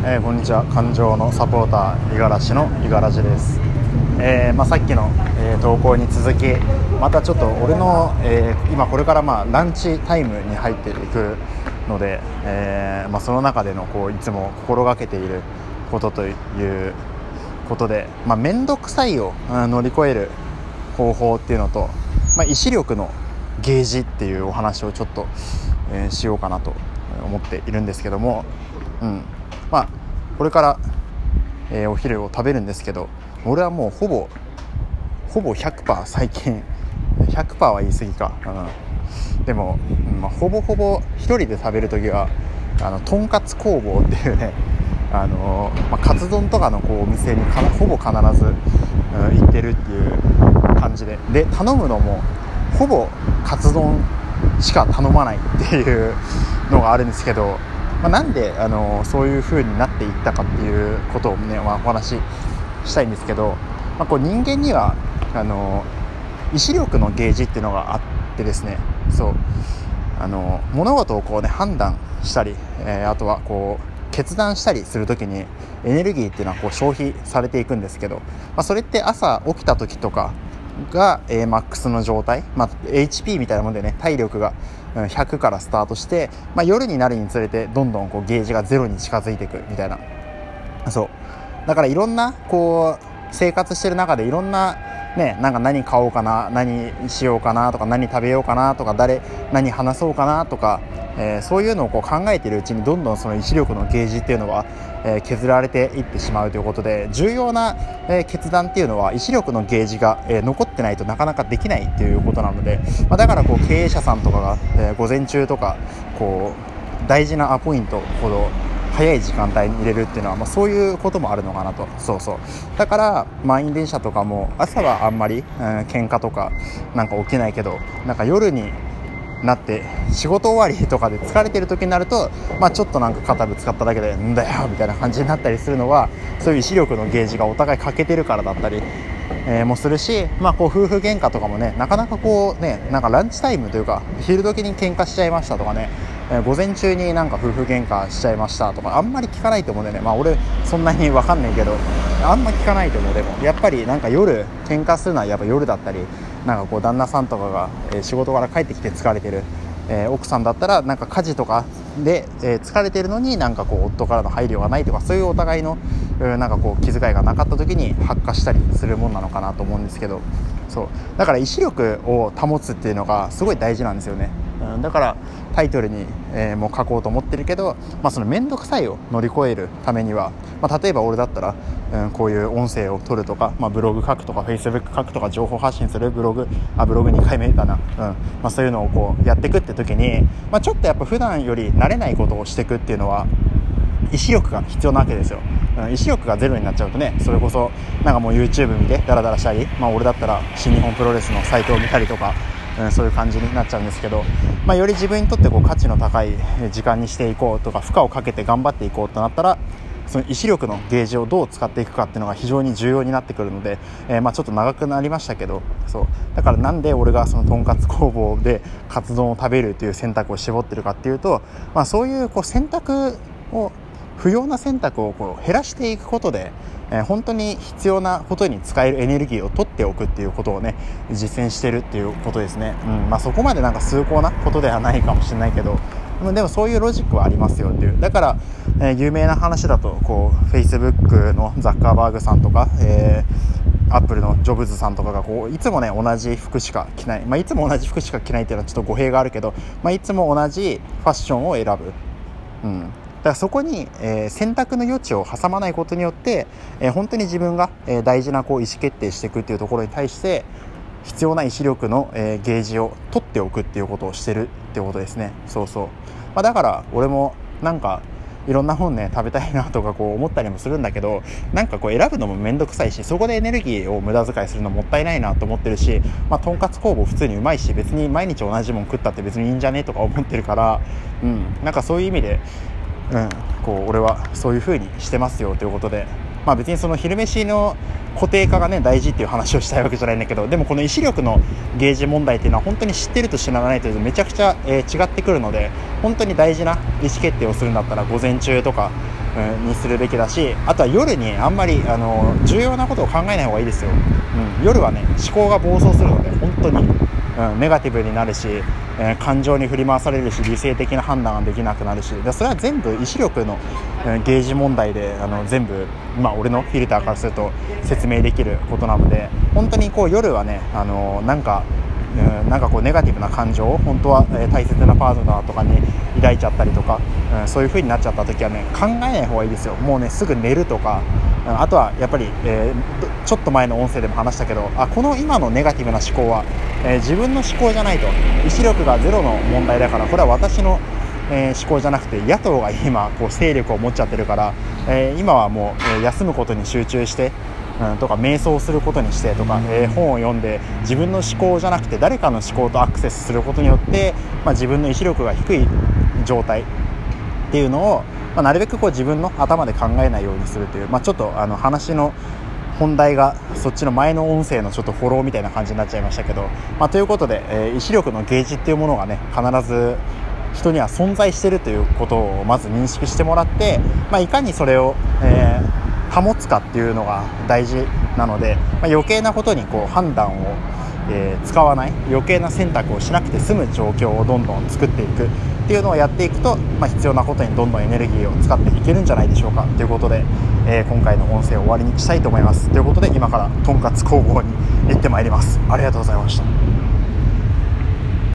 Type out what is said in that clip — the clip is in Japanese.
こんにちは。感情のサポーター五十嵐の五十嵐です。さっきの、投稿に続き、またちょっと俺の、今これからランチタイムに入っていくので、その中でのいつも心がけていることということで、面倒くさいを乗り越える方法っていうのと、意志力のゲージっていうお話をちょっと、しようかなと思っているんですけども、これから、お昼を食べるんですけど、俺はもうほぼ 100% 最近 100% は言い過ぎか、でも、ほぼ一人で食べるときはとんかつ工房っていうね、カツ丼とかのお店にほぼ必ず、行ってるっていう感じで頼むのもほぼカツ丼しか頼まないっていうのがあるんですけど、なんでそういう風になっていったかっていうことをね、お話ししたいんですけど、人間には意志力のゲージっていうのがあってですね、物事を判断したり、あとは決断したりするときにエネルギーっていうのは消費されていくんですけど、それって朝起きた時とかが、マックスの状態、HP みたいなもんでね、体力が100からスタートして、夜になるにつれてどんどんゲージがゼロに近づいていくみたいな。だからいろんな生活してる中でいろんなね、何買おうかな、何しようかなとか、何食べようかなとか、何話そうかなとか、そういうのを考えているうちにどんどんその意志力のゲージっていうのは、削られていってしまうということで、重要な、決断っていうのは意志力のゲージが、残ってないとなかなかできないっていうことなので、だから経営者さんとかが、午前中とか大事なアポイントほど早い時間帯に入れるっていうのは、そういうこともあるのかなと。だから満員電車とかも朝はあんまり、喧嘩とか起きないけど、夜になって仕事終わりとかで疲れてる時になると、ちょっと肩ぶつかっただけでんだよみたいな感じになったりするのは、そういう意志力のゲージがお互い欠けてるからだったり、もするし、夫婦喧嘩とかもね、なかなかランチタイムというか昼時に喧嘩しちゃいましたとかね、午前中に夫婦喧嘩しちゃいましたとかあんまり聞かないと思うんでね、俺そんなに分かんないけどあんま聞かないと思う。でもやっぱり夜喧嘩するのはやっぱ夜だったり、旦那さんとかが、仕事から帰ってきて疲れてる、奥さんだったら家事とかで、疲れてるのに夫からの配慮がないとか、そういうお互いの気遣いがなかった時に発火したりするもんなのかなと思うんですけど、だから意志力を保つっていうのがすごい大事なんですよね。だからタイトルに、も書こうと思ってるけど、その面倒くさいを乗り越えるためには、例えば俺だったら、こういう音声を取るとか、ブログ書くとか Facebook 書くとか、情報発信するブログ2回目だな、そういうのをやっていくって時に、ちょっとやっぱ普段より慣れないことをしていくっていうのは意志力が必要なわけですよ。意志力がゼロになっちゃうとね、それこそもう YouTube 見てダラダラしたり、俺だったら新日本プロレスのサイトを見たりとか、そういう感じになっちゃうんですけど、より自分にとって価値の高い時間にしていこうとか、負荷をかけて頑張っていこうとなったら、その意志力のゲージをどう使っていくかっていうのが非常に重要になってくるので、ちょっと長くなりましたけど、だからなんで俺がそのとんかつ工房でカツ丼を食べるという選択を絞ってるかっていうと、そういう選択を、不要な選択を減らしていくことで、本当に必要なことに使えるエネルギーを取っておくっていうことをね、実践してるっていうことですね。そこまで崇高なことではないかもしれないけど、でもそういうロジックはありますよっていう。だから、有名な話だとFacebook のザッカーバーグさんとか、アップルのジョブズさんとかがいつもね同じ服しか着ない、いつも同じ服しか着ないっていうのはちょっと語弊があるけど、いつも同じファッションを選ぶ。だからそこに、選択の余地を挟まないことによって、本当に自分が、大事な意思決定していくっていうところに対して必要な意志力の、ゲージを取っておくっていうことをしてるっていうことですね。だから俺もいろんな本ね食べたいなとか思ったりもするんだけど、選ぶのもめんどくさいし、そこでエネルギーを無駄遣いするのもったいないなと思ってるし、とんかつ工房普通にうまいし、別に毎日同じもん食ったって別にいいんじゃねとか思ってるから、そういう意味で俺はそういう風にしてますよということで、 別にその昼飯の固定化がね大事っていう話をしたいわけじゃないんだけど、でもこの意志力のゲージ問題っていうのは本当に知ってると知らないとめちゃくちゃ、違ってくるので、本当に大事な意思決定をするんだったら午前中とか、にするべきだし、あとは夜にあんまり重要なことを考えない方がいいですよ。夜はね思考が暴走するので本当に、ネガティブになるし、感情に振り回されるし、理性的な判断ができなくなるし、それは全部意志力の、ゲージ問題で全部、俺のフィルターからすると説明できることなので、本当にこう夜はねなんかこうネガティブな感情を本当は、大切なパートナーとかに抱いちゃったりとか、そういう風になっちゃった時はね考えない方がいいですよ。もうねすぐ寝るとか、あとはやっぱり、ちょっと前の音声でも話したけど、この今のネガティブな思考は、自分の思考じゃないと、意志力がゼロの問題だから、これは私の、思考じゃなくて野党が今こう勢力を持っちゃってるから、今はもう、休むことに集中して、とか瞑想することにしてとか、本を読んで自分の思考じゃなくて誰かの思考とアクセスすることによって、自分の意志力が低い状態っていうのを、なるべくこう自分の頭で考えないようにするという、ちょっと話の本題がそっちの前の音声のちょっとフォローみたいな感じになっちゃいましたけど、ということで、意志力のゲージっていうものがね必ず人には存在しているということをまず認識してもらって、いかにそれを、保つかっていうのが大事なので、余計なことにこう判断を、使わない、余計な選択をしなくて済む状況をどんどん作っていくっていうのをやっていくと、必要なことにどんどんエネルギーを使っていけるんじゃないでしょうかということで、今回の音声を終わりにしたいと思います。ということで今からとんかつ工房に行ってまいります。ありがとうございました。